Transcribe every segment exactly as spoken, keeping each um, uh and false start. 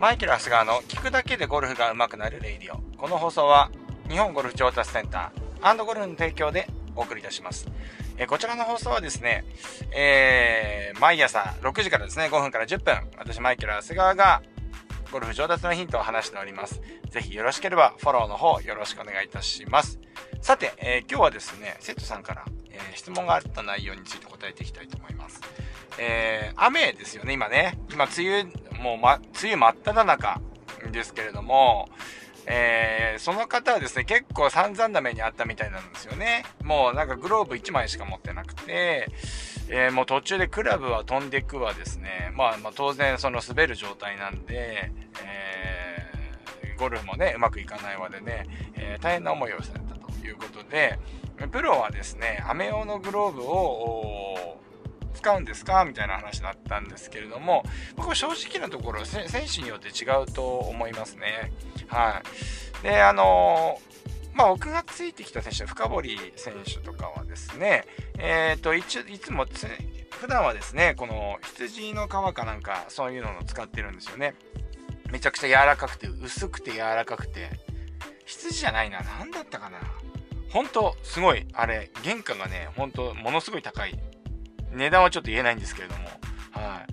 マイケル・ハスガーの聞くだけでゴルフが上手くなるレイディオ。この放送は日本ゴルフ調達センター&ゴルフの提供でお送りいたします。えー、こちらの放送はですね、えー、毎朝ろくじからですね、ごふんからじゅっぷん、私マイケル・ハスガーがゴルフ上達のヒントを話しております。ぜひよろしければフォローの方よろしくお願いいたします。さて、えー、今日はですね、生徒さんから、えー、質問があった内容について答えていきたいと思います。えー、雨ですよね、今ね。今、梅雨、もう、ま、梅雨真っ只中ですけれども、えー、その方はですね、結構散々な目にあったみたいなんですよね。もうなんかグローブいちまいしか持ってなくて、えー、もう途中でクラブは飛んでいくわですね。まあ、まあ、当然その滑る状態なんで、えー、ゴルフもね、うまくいかないわでね、えー、大変な思いをされたということで、プロはですね、雨用のグローブを使うんですかみたいな話だったんですけれども、僕は正直なところ選手によって違うと思いますね。はい。で、あのー、まあ僕がついてきた選手、深堀選手とかはですね、えっといついつもつ普段はですね、この羊の皮かなんかそういうのを使ってるんですよね。めちゃくちゃ柔らかくて薄くて柔らかくて、羊じゃないな、何だったかな。本当すごいあれ原価がね、本当ものすごい高い。値段はちょっと言えないんですけれども、はい。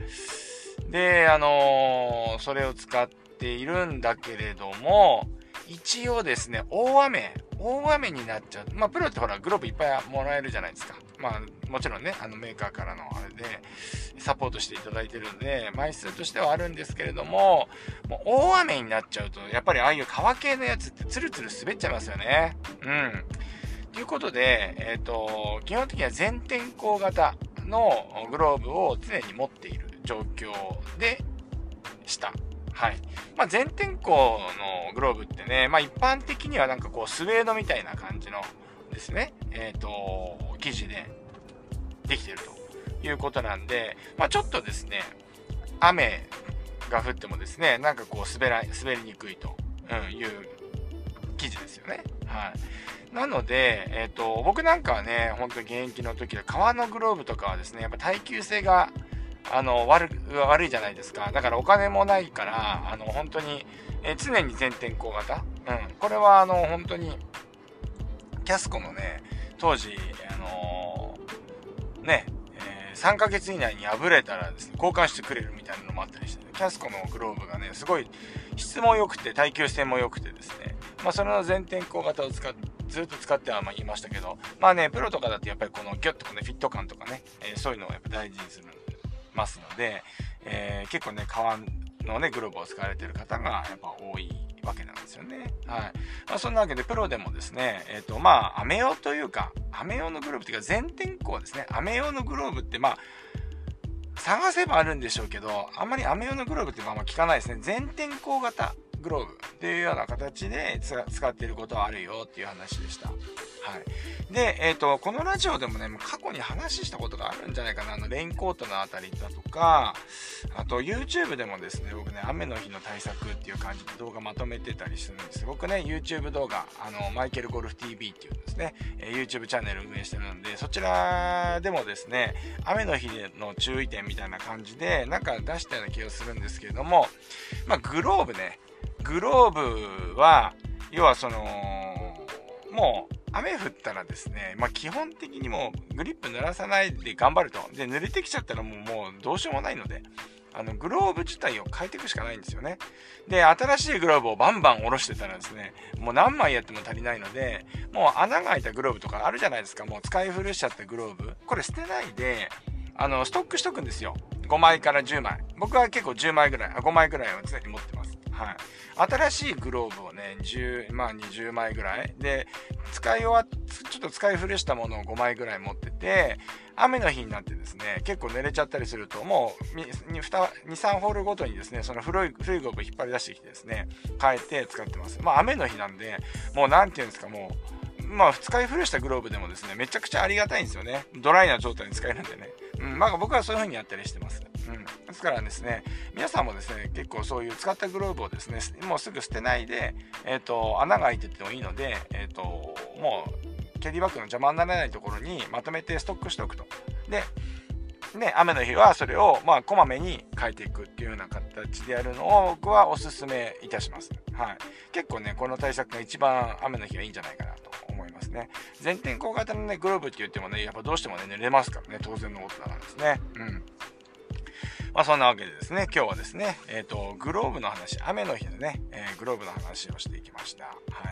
で、あのー、それを使っているんだけれども、一応ですね、大雨、大雨になっちゃう。まあ、プロってほら、グローブいっぱいもらえるじゃないですか。まあ、もちろんね、あのメーカーからのあれで、サポートしていただいてるんで、枚数としてはあるんですけれども、もう大雨になっちゃうと、やっぱりああいう革系のやつってツルツル滑っちゃいますよね。うん。ということで、えっと、基本的には全天候型のグローブを常に持っている状況でした。はい。まあ、全天候のグローブってね、まあ一般的にはなんかこうスウェードみたいな感じのですね、えっと、生地でできているということなんで、まあちょっとですね、雨が降ってもですね、なんかこう滑ら、滑りにくいという生地ですよね。はい。なので、えっと、僕なんかはね、本当に現役の時で、革のグローブとかはですね、やっぱ耐久性が、あの、悪、悪いじゃないですか。だからお金もないから、あの、本当に、え常に全天候型。うん。これは、あの、本当に、キャスコのね、当時、あのー、ね、えー、さんかげつ以内に破れたらですね、交換してくれるみたいなのもあったりして、キャスコのグローブがね、すごい質も良くて、耐久性も良くてですね、まあ、それの全天候型を使って、ずっと使ってはまあ言いましたけど、まあね、プロとかだとやっぱりこのギュッとこのフィット感とかね、えー、そういうのをやっぱ大事にするますので、えー、結構ね、革のね、グローブを使われてる方がやっぱ多いわけなんですよね。はい。まあそんなわけで、プロでもですね、えっと、まあ、雨用というか、雨用のグローブっていうか、全天候ですね。雨用のグローブって、まあ、探せばあるんでしょうけど、あんまり雨用のグローブってまあまあ聞かないですね。全天候型グローブっていうような形で使っていることはあるよっていう話でした。はい。で、えっと、このラジオでもね、過去に話したことがあるんじゃないかな。あの、レインコートのあたりだとか、あと YouTube でもですね、僕ね、雨の日の対策っていう感じで動画まとめてたりするんです。僕ね、YouTube 動画、あの、マイケルゴルフ ティーブイ っていうですね、YouTube チャンネル運営してるので、そちらでもですね、雨の日の注意点みたいな感じで、なんか出したような気がするんですけれども、まあ、グローブね、グローブは、要はその、もう雨降ったらですね、まあ基本的にもうグリップ濡らさないで頑張ると。で、濡れてきちゃったらもう、もうどうしようもないので、あの、グローブ自体を変えていくしかないんですよね。で、新しいグローブをバンバン下ろしてたらですね、もう何枚やっても足りないので、もう穴が開いたグローブとかあるじゃないですか。もう使い古しちゃったグローブ。これ捨てないで、あの、ストックしとくんですよ。ごまいからじゅうまい。僕は結構じゅうまいぐらい、ごまいぐらいは常に持ってます。はい。新しいグローブをね、じゅう、まあにじゅうまいぐらい。で、使い終わっ、ちょっと使い古したものをごまいぐらい持ってて、雨の日になってですね、結構濡れちゃったりすると、もうに、さんホールごとにですね、その古い、古いグローブ引っ張り出してきてですね、変えて使ってます。まあ雨の日なんで、もうなんていうんですか、もう、まあ使い古したグローブでもですね、めちゃくちゃありがたいんですよね。ドライな状態に使えるんでね。うん、まあ僕はそういう風にやったりしてます。うん。ですからですね、皆さんもですね、結構そういう使ったグローブをですね、もうすぐ捨てないで、えっと、穴が開いててもいいので、えっと、もう、キャディバッグの邪魔にならないところにまとめてストックしておくと。で、 ね、雨の日はそれをまあこまめに変えていくっていうような形でやるのを僕はおすすめいたします。はい。結構ね、この対策が一番雨の日はいいんじゃないかなと思いますね。全天候型のね、グローブって言ってもね、やっぱどうしてもね、濡れますからね、当然のことなんですね。うん。まあそんなわけでですね、今日はですね、えっと、グローブの話、雨の日でね、えー、グローブの話をしていきました。はい。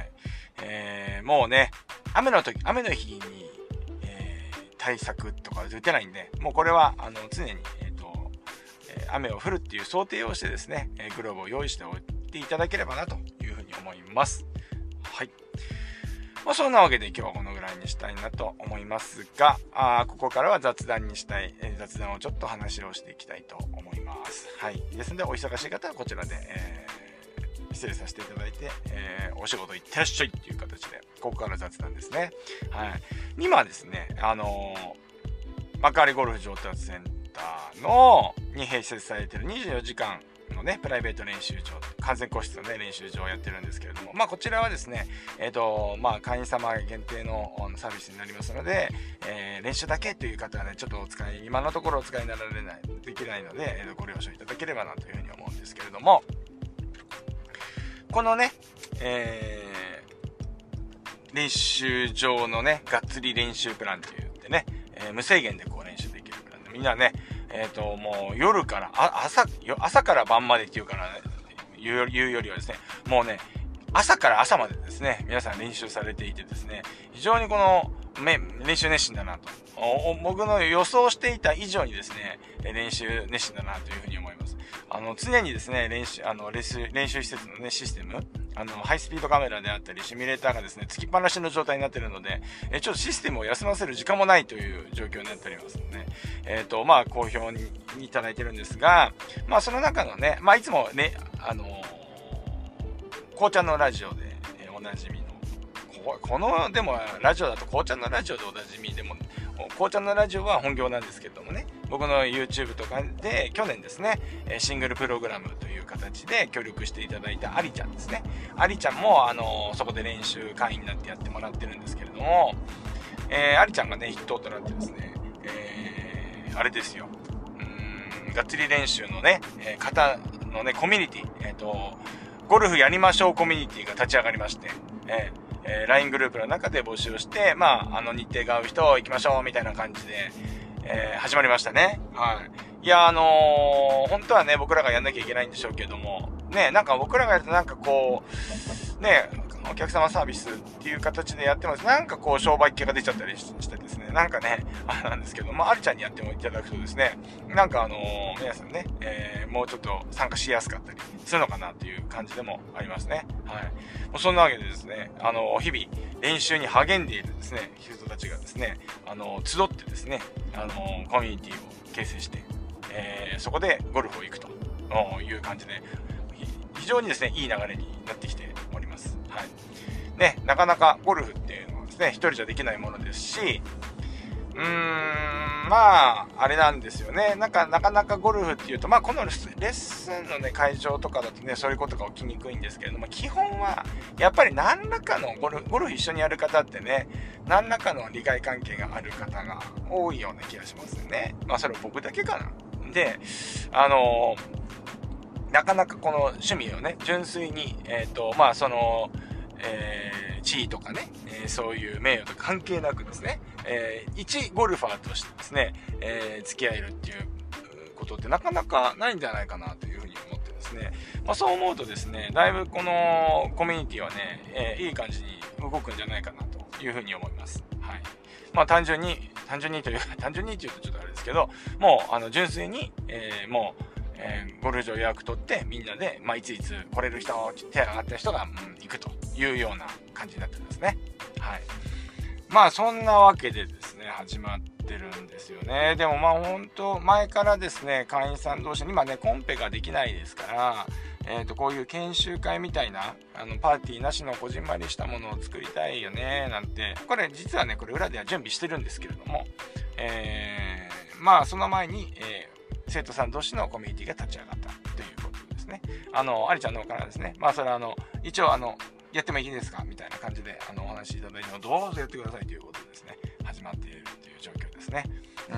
えー、もうね、雨の時、雨の日に、えー、対策とか打てないんで、もうこれは、あの、常に、えっと、えー、雨を降るっていう想定をしてですね、えー、グローブを用意しておいていただければなというふうに思います。はい。まあ、そんなわけで今日はこのぐらいにしたいなと思いますが、あここからは雑談にしたい、えー、雑談をちょっと話をしていきたいと思います。はい。ですので、お忙しい方はこちらで、えー、失礼させていただいて、えー、お仕事行ってらっしゃいっていう形で、ここから雑談ですね。はい。今ですね、あのー、幕張ゴルフ上達センターの、に併設されているにじゅうよじかんのね、プライベート練習場、完全個室のね、練習場をやってるんですけれども、まあこちらはですね、えっと、まあ会員様限定のサービスになりますので、えー、練習だけという方はね、ちょっとお使い、今のところお使いになられない、できないので、えー、ご了承いただければなというふうに思うんですけれども、このね、えー、練習場のね、がっつり練習プランって言ってね、えー、無制限でこう練習できるプランで、みんなね、えっと、もう夜から、あ朝、朝から晩までっていうから、ね、言う、言うよりはですね、もうね、朝から朝までですね、皆さん練習されていてですね、非常にこの、め練習熱心だなと。僕の予想していた以上にですね、練習熱心だなというふうに思います。あの、常にですね、練習、あの、練習、練習施設のね、システム、あの、ハイスピードカメラであったり、シミュレーターがですね、つきっぱなしの状態になっているので、えちょっとシステムを休ませる時間もないという状況になっておりますので、えっと、まあ、好評にいただいてるんですが、まあ、その中のね、まあ、いつもね、あのー、こうちゃんのラジオで、えー、おなじみの、こ, この、でも、ラジオだと、こうちゃんのラジオでおなじみでも、こうちゃんのラジオは本業なんですけどもね、僕の YouTube とかで去年ですね、シングルプログラムという形で協力していただいたアリちゃんですね。アリちゃんも、あのー、そこで練習会員になってやってもらってるんですけれども、えー、アリちゃんがね、筆頭となってですね、えー、あれですよ、うーん、がっつり練習のね、えー、方のね、コミュニティ、えっと、ゴルフやりましょうコミュニティが立ち上がりまして、えーえー、ライン グループの中で募集をして、まあ、あの日程が合う人行きましょうみたいな感じで、えー、始まりましたね。はい。いや、あのー、本当はね、僕らがやんなきゃいけないんでしょうけども、ね、なんか僕らがやるとなんかこう、ね、お客様サービスっていう形でやってます。なんかこう、商売系が出ちゃったりしてですね、なんかね、あれなんですけど、まあ、ありちゃんにやってもいただくとですね、なんかあのー、皆さんね、えー、もうちょっと参加しやすかったりするのかなっていう感じでもありますね。はい。もうそんなわけでですね、あのー、日々練習に励んでいるですね、人たちがですね、あのー、集ってですね、あのー、コミュニティを形成して、えー、そこでゴルフを行くという感じで、非常にですね、いい流れになってきております。はい。ね、なかなかゴルフっていうのはですね、一人じゃできないものですし、うーん、まあ、あれなんですよね。なんか、なかなかゴルフっていうと、まあ、このレッスンのね、会場とかだとね、そういうことが起きにくいんですけれども、基本は、やっぱり何らかのゴルフ、ゴルフ一緒にやる方ってね、何らかの利害関係がある方が多いような気がしますよね。まあ、それは僕だけかな。で、あのー、なかなかこの趣味をね、純粋に、えっと、まあ、その、えー、地位とかね、えー、そういう名誉と関係なくですね、えー、一ゴルファーとしてですね、えー、付き合えるっていうことってなかなかないんじゃないかなというふうに思ってですね、まあ、そう思うとですね、だいぶこのコミュニティはね、えー、いい感じに動くんじゃないかなというふうに思います。はい。まあ単純に、単純にというか、単純にっていうとちょっとあれですけど、もうあの純粋に、えー、もう、えー、ゴルフ場予約取ってみんなで、まあ、いついつ来れる人、手が上がった人が、うん、行くというような感じになってるんですね。はい。まあそんなわけでですね、始まってるんですよね。でもまあ本当前からですね、会員さん同士に今ね、コンペができないですから、えーと、こういう研修会みたいな、あの、パーティーなしのこじんまりしたものを作りたいよね、なんて、これ実はね、これ裏では準備してるんですけれども、えー、まあその前に、えー生徒さん同士のコミュニティが立ち上がったということですね。あの、ありちゃんの方からですね、まあそれはあの、一応あの、やってもいいですかみたいな感じであのお話しいただいてもどうぞやってくださいということでですね、始まっているという状況ですね。うん。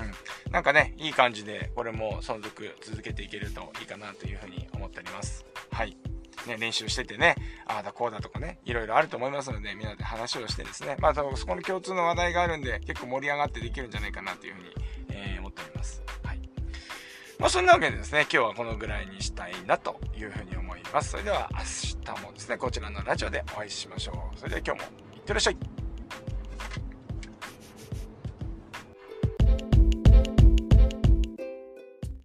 なんかね、いい感じで、これも存続続けていけるといいかなというふうに思っております。はい。ね、練習しててね、ああだこうだとかね、いろいろあると思いますので、みんなで話をしてですね、まあ、そこの共通の話題があるんで、結構盛り上がってできるんじゃないかなというふうに、えー、思っております。はい。まあ、そんなわけでですね、今日はこのぐらいにしたいなというふうに思います。それでは明日もですね、こちらのラジオでお会いしましょう。それでは今日もいってらっしゃい。